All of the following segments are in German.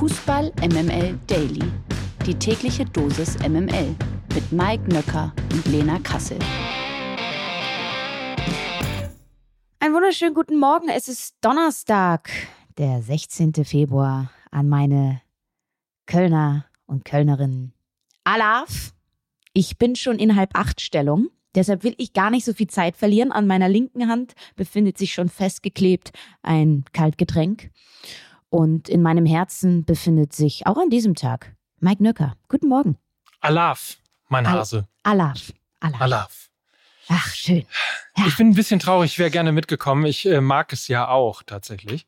Fußball MML Daily. Die tägliche Dosis MML mit Mike Nöcker und Lena Kassel. Einen wunderschönen guten Morgen. Es ist Donnerstag, der 16. Februar. An meine Kölner und Kölnerinnen. Alaf, ich bin schon in 7:30 Stellung. Deshalb will ich gar nicht so viel Zeit verlieren. An meiner linken Hand befindet sich schon festgeklebt ein Kaltgetränk. Und in meinem Herzen befindet sich auch an diesem Tag Mike Nöcker. Guten Morgen. Alaf, mein Hase. Alaf. Ach, schön. Ja. Ich bin ein bisschen traurig, ich wäre gerne mitgekommen. Ich mag es ja auch tatsächlich.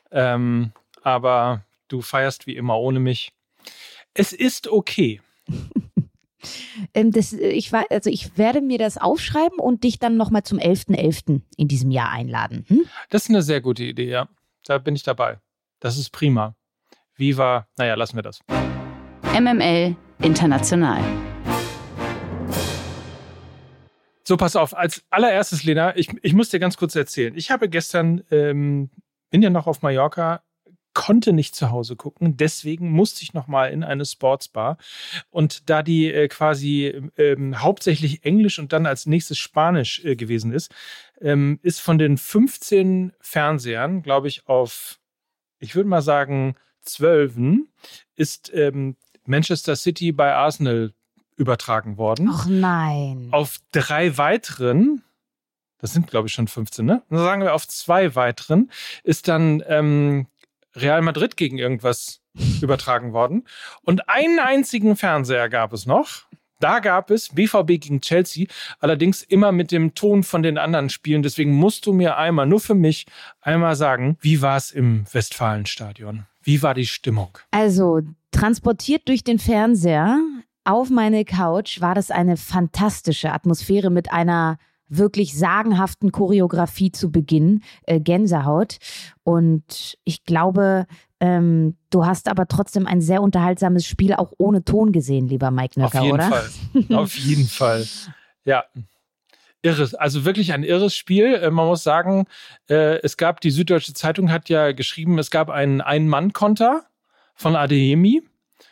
Aber du feierst wie immer ohne mich. Es ist okay. Ich werde mir das aufschreiben und dich dann nochmal zum 11.11. in diesem Jahr einladen. Das ist eine sehr gute Idee, ja. Da bin ich dabei. Das ist prima. Viva, lassen wir das. MML International. So, pass auf. Als allererstes, Lena, ich muss dir ganz kurz erzählen. Ich habe gestern, bin ja noch auf Mallorca, konnte nicht zu Hause gucken. Deswegen musste ich nochmal in eine Sportsbar. Und da die quasi hauptsächlich Englisch und dann als nächstes Spanisch gewesen ist, ist von den 15 Fernsehern, glaube ich, auf, ich würde mal sagen, 12 ist Manchester City bei Arsenal übertragen worden. Ach nein. Auf 3 weiteren, das sind glaube ich schon 15, ne? Dann sagen wir, auf 2 weiteren ist dann Real Madrid gegen irgendwas übertragen worden. Und einen einzigen Fernseher gab es noch. Da gab es BVB gegen Chelsea, allerdings immer mit dem Ton von den anderen Spielen. Deswegen musst du mir einmal, nur für mich, einmal sagen, wie war es im Westfalenstadion? Wie war die Stimmung? Also, transportiert durch den Fernseher auf meine Couch war das eine fantastische Atmosphäre mit einer wirklich sagenhaften Choreografie zu Beginn, Gänsehaut. Und ich glaube, du hast aber trotzdem ein sehr unterhaltsames Spiel auch ohne Ton gesehen, lieber Mike Nöcker, oder? Auf jeden Fall. Ja. Irres, also wirklich ein irres Spiel. Man muss sagen, es gab, die Süddeutsche Zeitung hat ja geschrieben, es gab einen Ein-Mann-Konter von Adeyemi.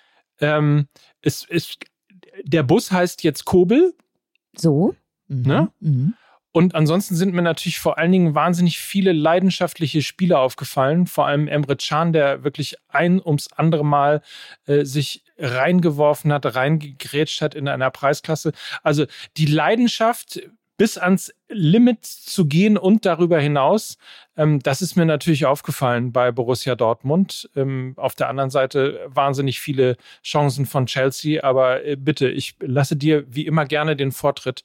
Der Bus heißt jetzt Kobel. So. Ne? Mhm. Und ansonsten sind mir natürlich vor allen Dingen wahnsinnig viele leidenschaftliche Spieler aufgefallen. Vor allem Emre Can, der wirklich ein ums andere Mal sich reingeworfen hat, reingegrätscht hat in einer Preisklasse. Also die Leidenschaft bis ans Limit zu gehen und darüber hinaus, das ist mir natürlich aufgefallen bei Borussia Dortmund. Auf der anderen Seite wahnsinnig viele Chancen von Chelsea. Aber bitte, ich lasse dir wie immer gerne den Vortritt.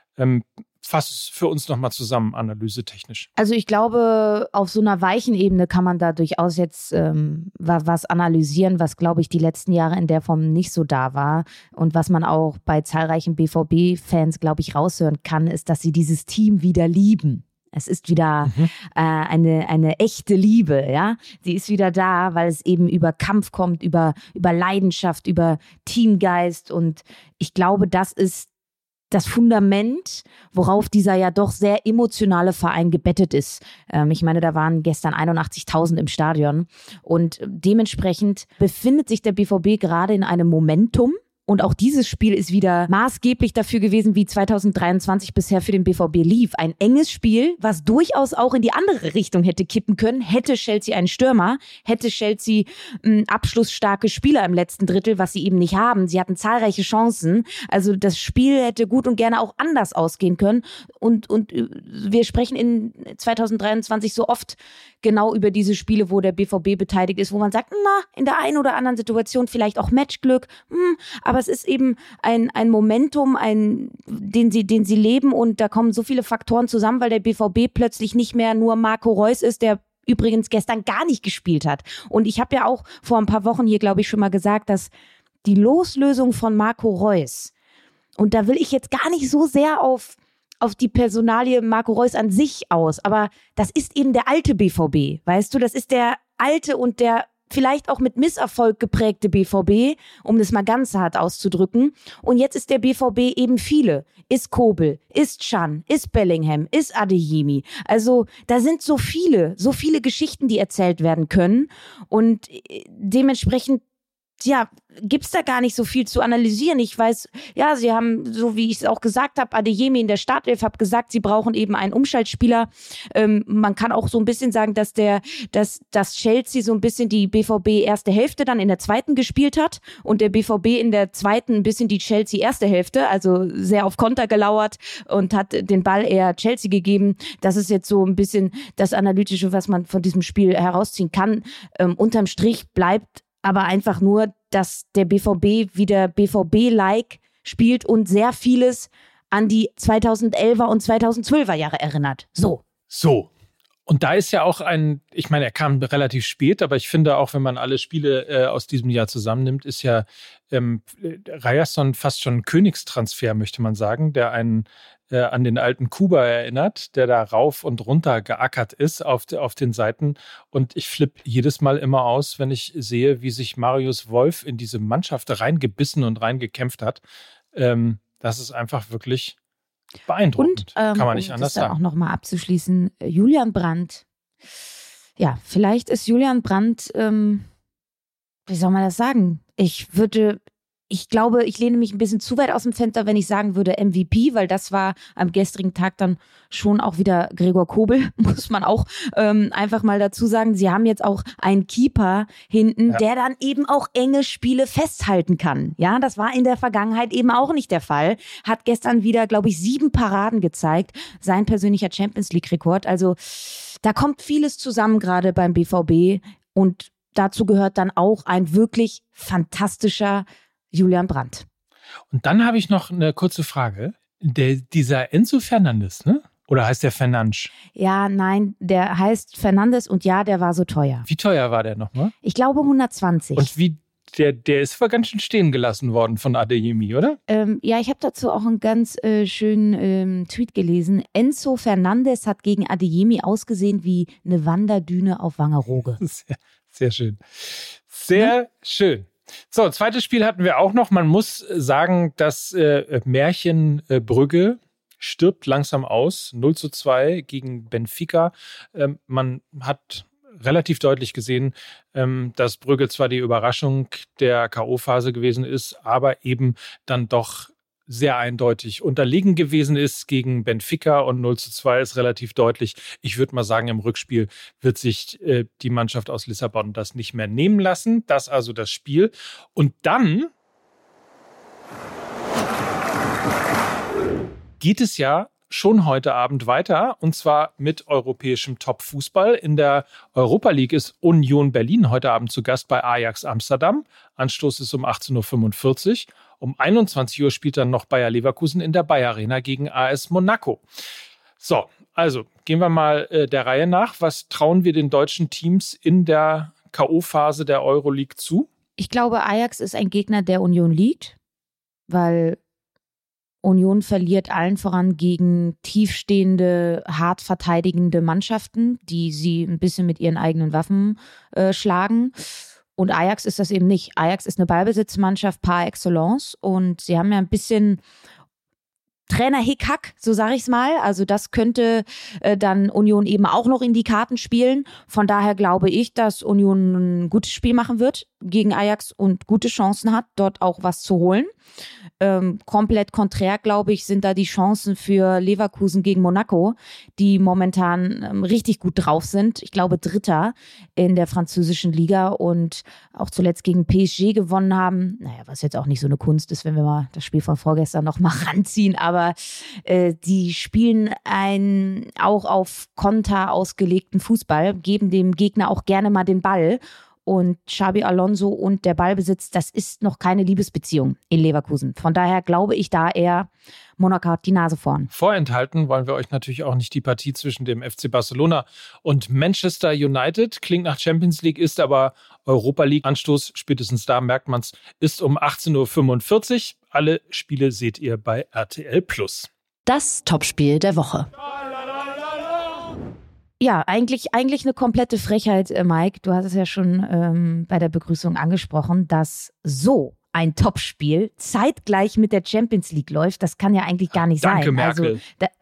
Fass es für uns nochmal zusammen, analysetechnisch. Also ich glaube, auf so einer weichen Ebene kann man da durchaus jetzt was analysieren, was, glaube ich, die letzten Jahre in der Form nicht so da war. Und was man auch bei zahlreichen BVB-Fans, glaube ich, raushören kann, ist, dass sie dieses Team wieder lieben. Es ist wieder eine echte Liebe, ja. Sie ist wieder da, weil es eben über Kampf kommt, über Leidenschaft, über Teamgeist. Und ich glaube, das ist das Fundament, worauf dieser ja doch sehr emotionale Verein gebettet ist. Ich meine, da waren gestern 81.000 im Stadion und dementsprechend befindet sich der BVB gerade in einem Momentum. Und auch dieses Spiel ist wieder maßgeblich dafür gewesen, wie 2023 bisher für den BVB lief. Ein enges Spiel, was durchaus auch in die andere Richtung hätte kippen können. Hätte Chelsea einen Stürmer, hätte Chelsea abschlussstarke Spieler im letzten Drittel, was sie eben nicht haben. Sie hatten zahlreiche Chancen. Also das Spiel hätte gut und gerne auch anders ausgehen können. Und wir sprechen in 2023 so oft genau über diese Spiele, wo der BVB beteiligt ist, wo man sagt, in der einen oder anderen Situation vielleicht auch Matchglück, aber es ist eben ein Momentum, den sie leben und da kommen so viele Faktoren zusammen, weil der BVB plötzlich nicht mehr nur Marco Reus ist, der übrigens gestern gar nicht gespielt hat. Und ich habe ja auch vor ein paar Wochen hier, glaube ich, schon mal gesagt, dass die Loslösung von Marco Reus, und da will ich jetzt gar nicht so sehr auf die Personalie Marco Reus an sich aus, aber das ist eben der alte BVB, weißt du, das ist der alte und der vielleicht auch mit Misserfolg geprägte BVB, um das mal ganz hart auszudrücken. Und jetzt ist der BVB eben viele. Ist Kobel, ist Can, ist Bellingham, ist Adeyemi. Also da sind so viele Geschichten, die erzählt werden können. Und dementsprechend gibt's da gar nicht so viel zu analysieren. Ich weiß, sie haben, so wie ich es auch gesagt habe, Adeyemi in der Startelf, habe gesagt, sie brauchen eben einen Umschaltspieler. Man kann auch so ein bisschen sagen, dass Chelsea so ein bisschen die BVB erste Hälfte dann in der zweiten gespielt hat und der BVB in der zweiten ein bisschen die Chelsea erste Hälfte, also sehr auf Konter gelauert und hat den Ball eher Chelsea gegeben. Das ist jetzt so ein bisschen das Analytische, was man von diesem Spiel herausziehen kann. Unterm Strich bleibt aber einfach nur, dass der BVB wieder BVB-like spielt und sehr vieles an die 2011er und 2012er Jahre erinnert. So. Und da ist ja auch ich meine, er kam relativ spät, aber ich finde auch, wenn man alle Spiele aus diesem Jahr zusammennimmt, ist ja Ryerson fast schon ein Königstransfer, möchte man sagen, der einen an den alten Kuba erinnert, der da rauf und runter geackert ist auf den Seiten. Und ich flippe jedes Mal immer aus, wenn ich sehe, wie sich Marius Wolf in diese Mannschaft reingebissen und reingekämpft hat. Das ist einfach wirklich beeindruckend. Und, kann man nicht anders das dann sagen. Auch nochmal abzuschließen, Julian Brandt. Ja, vielleicht ist Julian Brandt, wie soll man das sagen? Ich glaube, ich lehne mich ein bisschen zu weit aus dem Fenster, wenn ich sagen würde MVP, weil das war am gestrigen Tag dann schon auch wieder Gregor Kobel, muss man auch einfach mal dazu sagen. Sie haben jetzt auch einen Keeper hinten, der dann eben auch enge Spiele festhalten kann. Ja, das war in der Vergangenheit eben auch nicht der Fall. Hat gestern wieder, glaube ich, 7 Paraden gezeigt. Sein persönlicher Champions-League-Rekord. Also da kommt vieles zusammen gerade beim BVB und dazu gehört dann auch ein wirklich fantastischer Julian Brandt. Und dann habe ich noch eine kurze Frage. Dieser Enzo Fernandes, ne? Oder heißt der Fernandes? Ja, nein, der heißt Fernandes und ja, der war so teuer. Wie teuer war der nochmal? Ich glaube 120. Und der ist aber ganz schön stehen gelassen worden von Adeyemi, oder? Ja, ich habe dazu auch einen ganz schönen Tweet gelesen. Enzo Fernandes hat gegen Adeyemi ausgesehen wie eine Wanderdüne auf Wangerooge. Sehr, sehr schön. Sehr schön. So, zweites Spiel hatten wir auch noch. Man muss sagen, das Märchen Brügge stirbt langsam aus. 0:2 gegen Benfica. Man hat relativ deutlich gesehen, dass Brügge zwar die Überraschung der K.O.-Phase gewesen ist, aber eben dann doch sehr eindeutig unterlegen gewesen ist gegen Benfica und 0:2 ist relativ deutlich. Ich würde mal sagen, im Rückspiel wird sich die Mannschaft aus Lissabon das nicht mehr nehmen lassen. Das also das Spiel. Und dann geht es ja schon heute Abend weiter und zwar mit europäischem Top-Fußball. In der Europa League ist Union Berlin heute Abend zu Gast bei Ajax Amsterdam. Anstoß ist um 18:45 Uhr. Um 21 Uhr spielt dann noch Bayer Leverkusen in der Bayer Arena gegen AS Monaco. So, also gehen wir mal der Reihe nach. Was trauen wir den deutschen Teams in der K.O.-Phase der Euroleague zu? Ich glaube, Ajax ist ein Gegner, der Union liegt, weil Union verliert allen voran gegen tiefstehende, hart verteidigende Mannschaften, die sie ein bisschen mit ihren eigenen Waffen schlagen. Und Ajax ist das eben nicht. Ajax ist eine Ballbesitzmannschaft par excellence und sie haben ja ein bisschen Trainer Hickhack, so sage ich es mal. Also das könnte dann Union eben auch noch in die Karten spielen. Von daher glaube ich, dass Union ein gutes Spiel machen wird gegen Ajax und gute Chancen hat, dort auch was zu holen. Komplett konträr, glaube ich, sind da die Chancen für Leverkusen gegen Monaco, die momentan richtig gut drauf sind. Ich glaube, Dritter in der französischen Liga und auch zuletzt gegen PSG gewonnen haben. Naja, was jetzt auch nicht so eine Kunst ist, wenn wir mal das Spiel von vorgestern noch mal ranziehen. Aber die spielen einen auch auf Konter ausgelegten Fußball, geben dem Gegner auch gerne mal den Ball. Und Xabi Alonso und der Ballbesitz, das ist noch keine Liebesbeziehung in Leverkusen. Von daher glaube ich da eher, Monaco hat die Nase vorn. Vorenthalten wollen wir euch natürlich auch nicht die Partie zwischen dem FC Barcelona und Manchester United. Klingt nach Champions League, ist aber Europa League. Anstoß, spätestens da merkt man es, ist um 18:45 Uhr. Alle Spiele seht ihr bei RTL+. Das Topspiel der Woche. Ja, eigentlich eine komplette Frechheit, Mike. Du hast es ja schon bei der Begrüßung angesprochen, dass so ein Topspiel zeitgleich mit der Champions League läuft. Das kann ja eigentlich gar nicht sein. Danke, Merkel.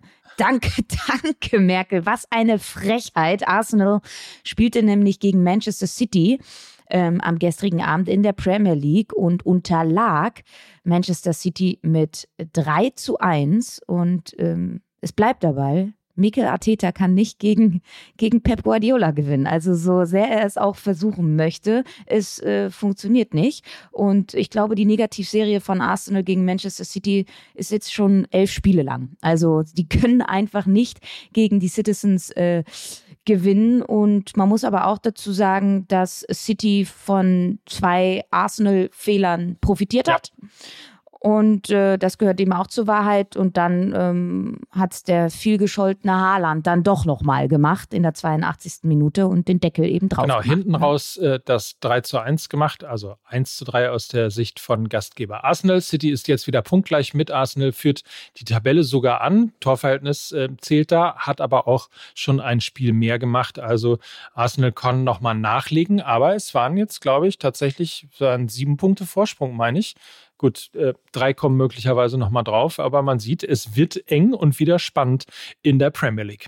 Danke, Merkel. Was eine Frechheit. Arsenal spielte nämlich gegen Manchester City am gestrigen Abend in der Premier League und unterlag Manchester City mit 3-1. Und es bleibt dabei, Mikel Arteta kann nicht gegen Pep Guardiola gewinnen. Also so sehr er es auch versuchen möchte, es funktioniert nicht. Und ich glaube, die Negativserie von Arsenal gegen Manchester City ist jetzt schon 11 Spiele lang. Also die können einfach nicht gegen die Citizens gewinnen. Und man muss aber auch dazu sagen, dass City von 2 Arsenal-Fehlern profitiert hat. Und das gehört eben auch zur Wahrheit. Und dann hat es der vielgescholtene Haaland dann doch nochmal gemacht in der 82. Minute und den Deckel eben drauf gemacht. Genau, hinten raus das 3-1 gemacht, also 1-3 aus der Sicht von Gastgeber Arsenal. City ist jetzt wieder punktgleich mit Arsenal, führt die Tabelle sogar an. Torverhältnis zählt da, hat aber auch schon ein Spiel mehr gemacht. Also Arsenal kann nochmal nachlegen, aber es waren jetzt, glaube ich, tatsächlich 7 Punkte Vorsprung, meine ich. Gut, 3 kommen möglicherweise nochmal drauf, aber man sieht, es wird eng und wieder spannend in der Premier League.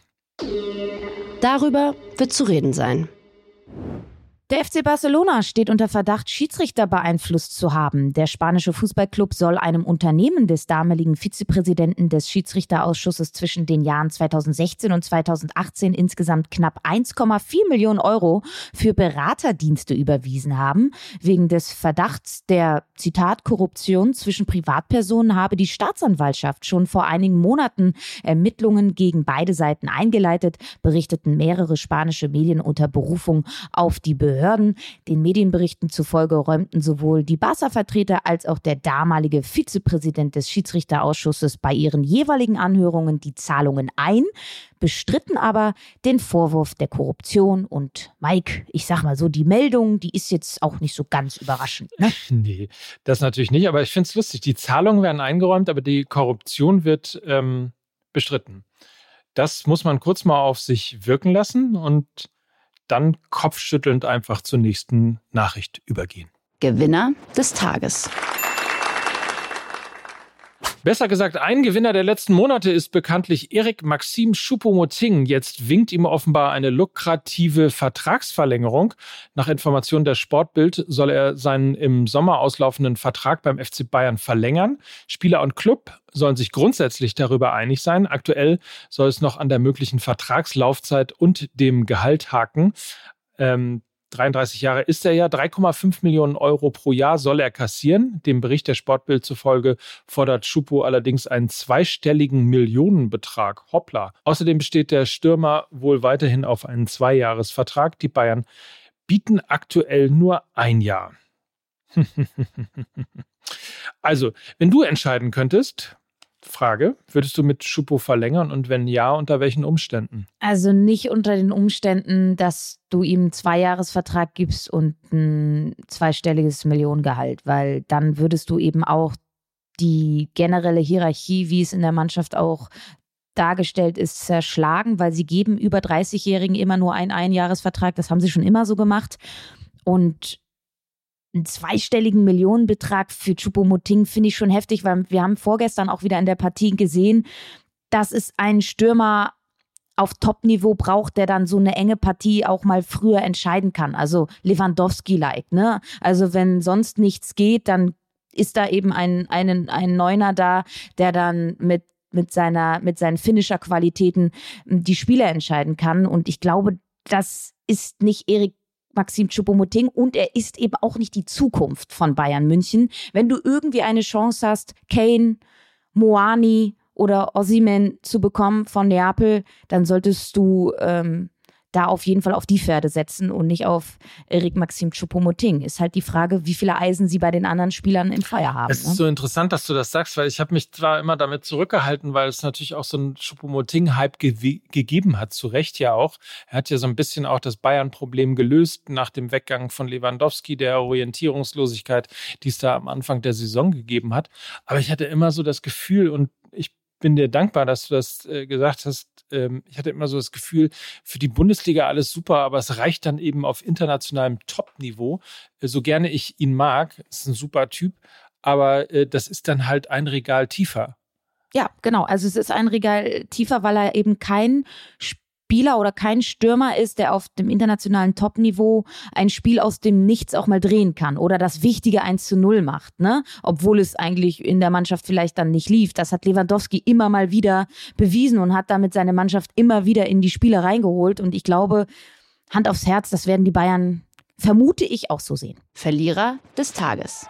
Darüber wird zu reden sein. Der FC Barcelona steht unter Verdacht, Schiedsrichter beeinflusst zu haben. Der spanische Fußballclub soll einem Unternehmen des damaligen Vizepräsidenten des Schiedsrichterausschusses zwischen den Jahren 2016 und 2018 insgesamt knapp 1,4 Millionen Euro für Beraterdienste überwiesen haben. Wegen des Verdachts der, Zitat, Korruption zwischen Privatpersonen habe die Staatsanwaltschaft schon vor einigen Monaten Ermittlungen gegen beide Seiten eingeleitet, berichteten mehrere spanische Medien unter Berufung auf die Behörden. Den Medienberichten zufolge räumten sowohl die Barca-Vertreter als auch der damalige Vizepräsident des Schiedsrichterausschusses bei ihren jeweiligen Anhörungen die Zahlungen ein, bestritten aber den Vorwurf der Korruption. Und Mike, ich sag mal so, die Meldung, die ist jetzt auch nicht so ganz überraschend. Ne? Nee, das natürlich nicht, aber ich finde es lustig. Die Zahlungen werden eingeräumt, aber die Korruption wird bestritten. Das muss man kurz mal auf sich wirken lassen und dann kopfschüttelnd einfach zur nächsten Nachricht übergehen. Gewinner des Tages. Besser gesagt, ein Gewinner der letzten Monate ist bekanntlich Eric Maxim Choupo-Moting. Jetzt winkt ihm offenbar eine lukrative Vertragsverlängerung. Nach Informationen der Sportbild soll er seinen im Sommer auslaufenden Vertrag beim FC Bayern verlängern. Spieler und Club sollen sich grundsätzlich darüber einig sein. Aktuell soll es noch an der möglichen Vertragslaufzeit und dem Gehalt haken. 33 Jahre ist er ja, 3,5 Millionen Euro pro Jahr soll er kassieren. Dem Bericht der Sportbild zufolge fordert Choupo allerdings einen zweistelligen Millionenbetrag. Hoppla. Außerdem besteht der Stürmer wohl weiterhin auf einen 2-Jahres-Vertrag. Die Bayern bieten aktuell nur 1 Jahr. Also, wenn du entscheiden könntest, Frage, würdest du mit Choupo verlängern und wenn ja, unter welchen Umständen? Also nicht unter den Umständen, dass du ihm einen 2-Jahres-Vertrag gibst und ein zweistelliges Millionengehalt, weil dann würdest du eben auch die generelle Hierarchie, wie es in der Mannschaft auch dargestellt ist, zerschlagen, weil sie geben über 30-Jährigen immer nur einen Einjahresvertrag. Das haben sie schon immer so gemacht. Und einen zweistelligen Millionenbetrag für Choupo-Moting finde ich schon heftig, weil wir haben vorgestern auch wieder in der Partie gesehen, dass es einen Stürmer auf Top-Niveau braucht, der dann so eine enge Partie auch mal früher entscheiden kann. Also Lewandowski-like, ne? Also wenn sonst nichts geht, dann ist da eben ein Neuner da, der dann mit seinen Finisher-Qualitäten die Spiele entscheiden kann. Und ich glaube, das ist nicht Eric Maxim Choupo-Moting und er ist eben auch nicht die Zukunft von Bayern München. Wenn du irgendwie eine Chance hast, Kane, Moani oder Osimhen zu bekommen von Neapel, dann solltest du da auf jeden Fall auf die Pferde setzen und nicht auf Eric Maxim Choupo-Moting. Ist halt die Frage, wie viele Eisen sie bei den anderen Spielern im Feuer haben. Es ist so interessant, dass du das sagst, weil ich habe mich zwar immer damit zurückgehalten, weil es natürlich auch so einen Choupo-Moting-Hype gegeben hat, zu Recht ja auch. Er hat ja so ein bisschen auch das Bayern-Problem gelöst nach dem Weggang von Lewandowski, der Orientierungslosigkeit, die es da am Anfang der Saison gegeben hat. Aber ich hatte immer so das Gefühl und ich bin dir dankbar, dass du das gesagt hast, ich hatte immer so das Gefühl, für die Bundesliga alles super, aber es reicht dann eben auf internationalem Top-Niveau. So gerne ich ihn mag, ist ein super Typ, aber das ist dann halt ein Regal tiefer. Ja, genau. Also es ist ein Regal tiefer, weil er eben kein Spieler oder kein Stürmer ist, der auf dem internationalen Top-Niveau ein Spiel aus dem Nichts auch mal drehen kann oder das wichtige 1:0 macht, ne? Obwohl es eigentlich in der Mannschaft vielleicht dann nicht lief. Das hat Lewandowski immer mal wieder bewiesen und hat damit seine Mannschaft immer wieder in die Spiele reingeholt. Und ich glaube, Hand aufs Herz, das werden die Bayern, vermute ich, auch so sehen. Verlierer des Tages.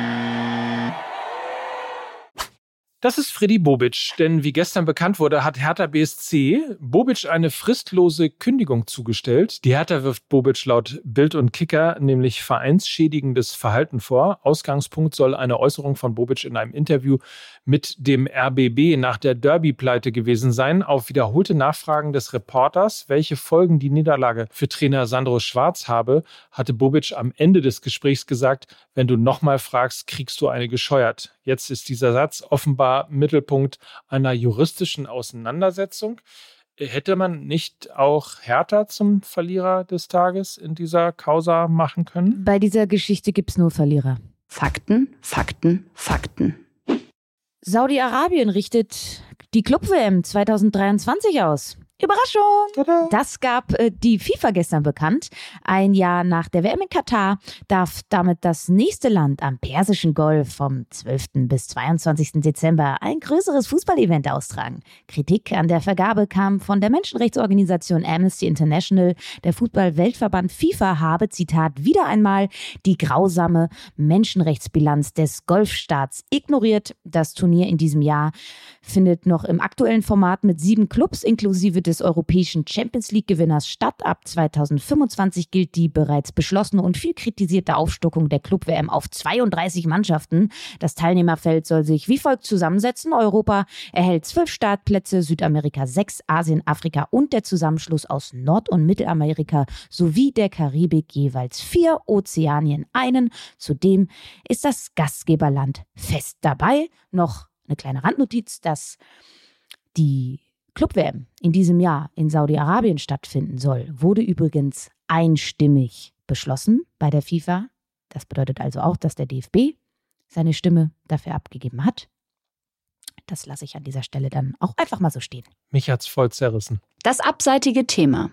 Das ist Freddy Bobic, denn wie gestern bekannt wurde, hat Hertha BSC Bobic eine fristlose Kündigung zugestellt. Die Hertha wirft Bobic laut Bild und Kicker nämlich vereinsschädigendes Verhalten vor. Ausgangspunkt soll eine Äußerung von Bobic in einem Interview mit dem RBB nach der Derby-Pleite gewesen sein. Auf wiederholte Nachfragen des Reporters, welche Folgen die Niederlage für Trainer Sandro Schwarz habe, hatte Bobic am Ende des Gesprächs gesagt, wenn du nochmal fragst, kriegst du eine gescheuert. Jetzt ist dieser Satz offenbar Mittelpunkt einer juristischen Auseinandersetzung. Hätte man nicht auch Hertha zum Verlierer des Tages in dieser Causa machen können? Bei dieser Geschichte gibt es nur Verlierer. Fakten, Fakten, Fakten. Saudi-Arabien richtet die Club-WM 2023 aus. Überraschung! Tada. Das gab die FIFA gestern bekannt. Ein Jahr nach der WM in Katar darf damit das nächste Land am Persischen Golf vom 12. bis 22. Dezember ein größeres Fußballevent austragen. Kritik an der Vergabe kam von der Menschenrechtsorganisation Amnesty International. Der Fußball-Weltverband FIFA habe, Zitat, wieder einmal die grausame Menschenrechtsbilanz des Golfstaats ignoriert. Das Turnier in diesem Jahr findet noch im aktuellen Format mit 7 Clubs inklusive des europäischen Champions-League-Gewinners statt. Ab 2025 gilt die bereits beschlossene und viel kritisierte Aufstockung der Club-WM auf 32 Mannschaften. Das Teilnehmerfeld soll sich wie folgt zusammensetzen. Europa erhält 12 Startplätze, Südamerika 6, Asien, Afrika und der Zusammenschluss aus Nord- und Mittelamerika sowie der Karibik jeweils 4, Ozeanien einen. Zudem ist das Gastgeberland fest dabei. Noch eine kleine Randnotiz, dass die Club-WM in diesem Jahr in Saudi-Arabien stattfinden soll, wurde übrigens einstimmig beschlossen bei der FIFA. Das bedeutet also auch, dass der DFB seine Stimme dafür abgegeben hat. Das lasse ich an dieser Stelle dann auch einfach mal so stehen. Mich hat's voll zerrissen. Das abseitige Thema.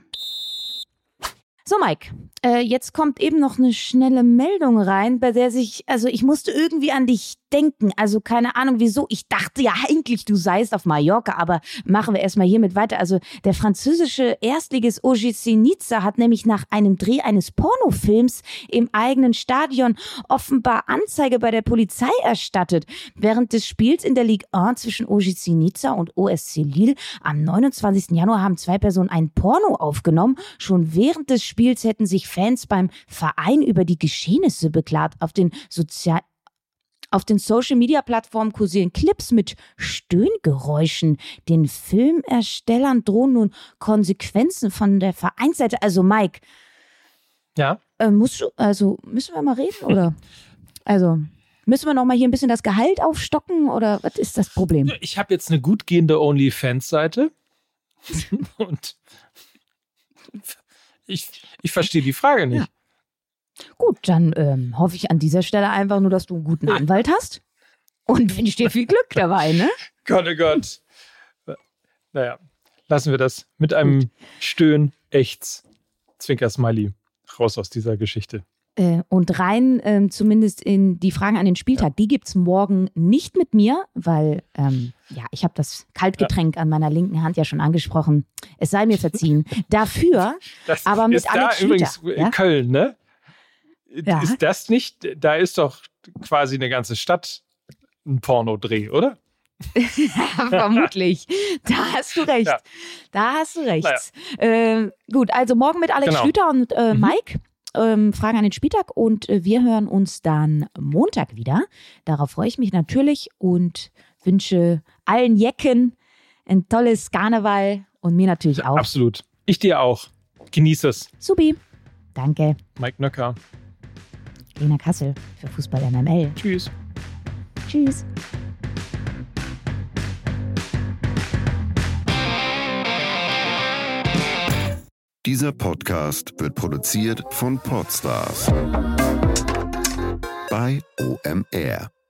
So, Mike, jetzt kommt eben noch eine schnelle Meldung rein, bei der ich musste irgendwie an dich denken. Also keine Ahnung wieso. Ich dachte ja eigentlich, du seist auf Mallorca, aber machen wir erstmal hiermit weiter. Also der französische Erstligist OGC Niza hat nämlich nach einem Dreh eines Pornofilms im eigenen Stadion offenbar Anzeige bei der Polizei erstattet. Während des Spiels in der Ligue 1 zwischen OGC Niza und OSC Lille am 29. Januar haben 2 Personen ein Porno aufgenommen. Schon während des Spiels hätten sich Fans beim Verein über die Geschehnisse beklagt. Auf den Social-Media-Plattformen kursieren Clips mit Stöhngeräuschen. Den Filmerstellern drohen nun Konsequenzen von der Vereinsseite. Also Mike, ja? Müssen wir mal reden, oder? Also, müssen wir noch mal hier ein bisschen das Gehalt aufstocken, oder was ist das Problem? Ich habe jetzt eine gut gehende OnlyFans-Seite und ich verstehe die Frage nicht. Ja. Gut, dann hoffe ich an dieser Stelle einfach nur, dass du einen guten Anwalt hast und wünsche dir viel Glück dabei, ne? Gott, oh Gott. Naja, lassen wir das mit einem Stöhn, Ächz, Zwinker-Smiley raus aus dieser Geschichte. Und rein zumindest in die Fragen an den Spieltag. Die gibt's morgen nicht mit mir, weil ich habe das Kaltgetränk an meiner linken Hand ja schon angesprochen. Es sei mir verziehen. Dafür das aber mit ist Alex da übrigens Schlüter. in Köln, ne? Ja. Ist das nicht, da ist doch quasi eine ganze Stadt ein Pornodreh, oder? Vermutlich. Da hast du recht. Ja. Da hast du recht. Naja. Gut, also morgen mit Alex Schlüter und Mike. Fragen an den Spieltag und wir hören uns dann Montag wieder. Darauf freue ich mich natürlich und wünsche allen Jecken ein tolles Karneval und mir natürlich auch. Absolut. Ich dir auch. Genieß es. Supi. Danke. Mike Nöcker. Lena Kassel für Fußball MML. Tschüss. Tschüss. Dieser Podcast wird produziert von Podstars bei OMR.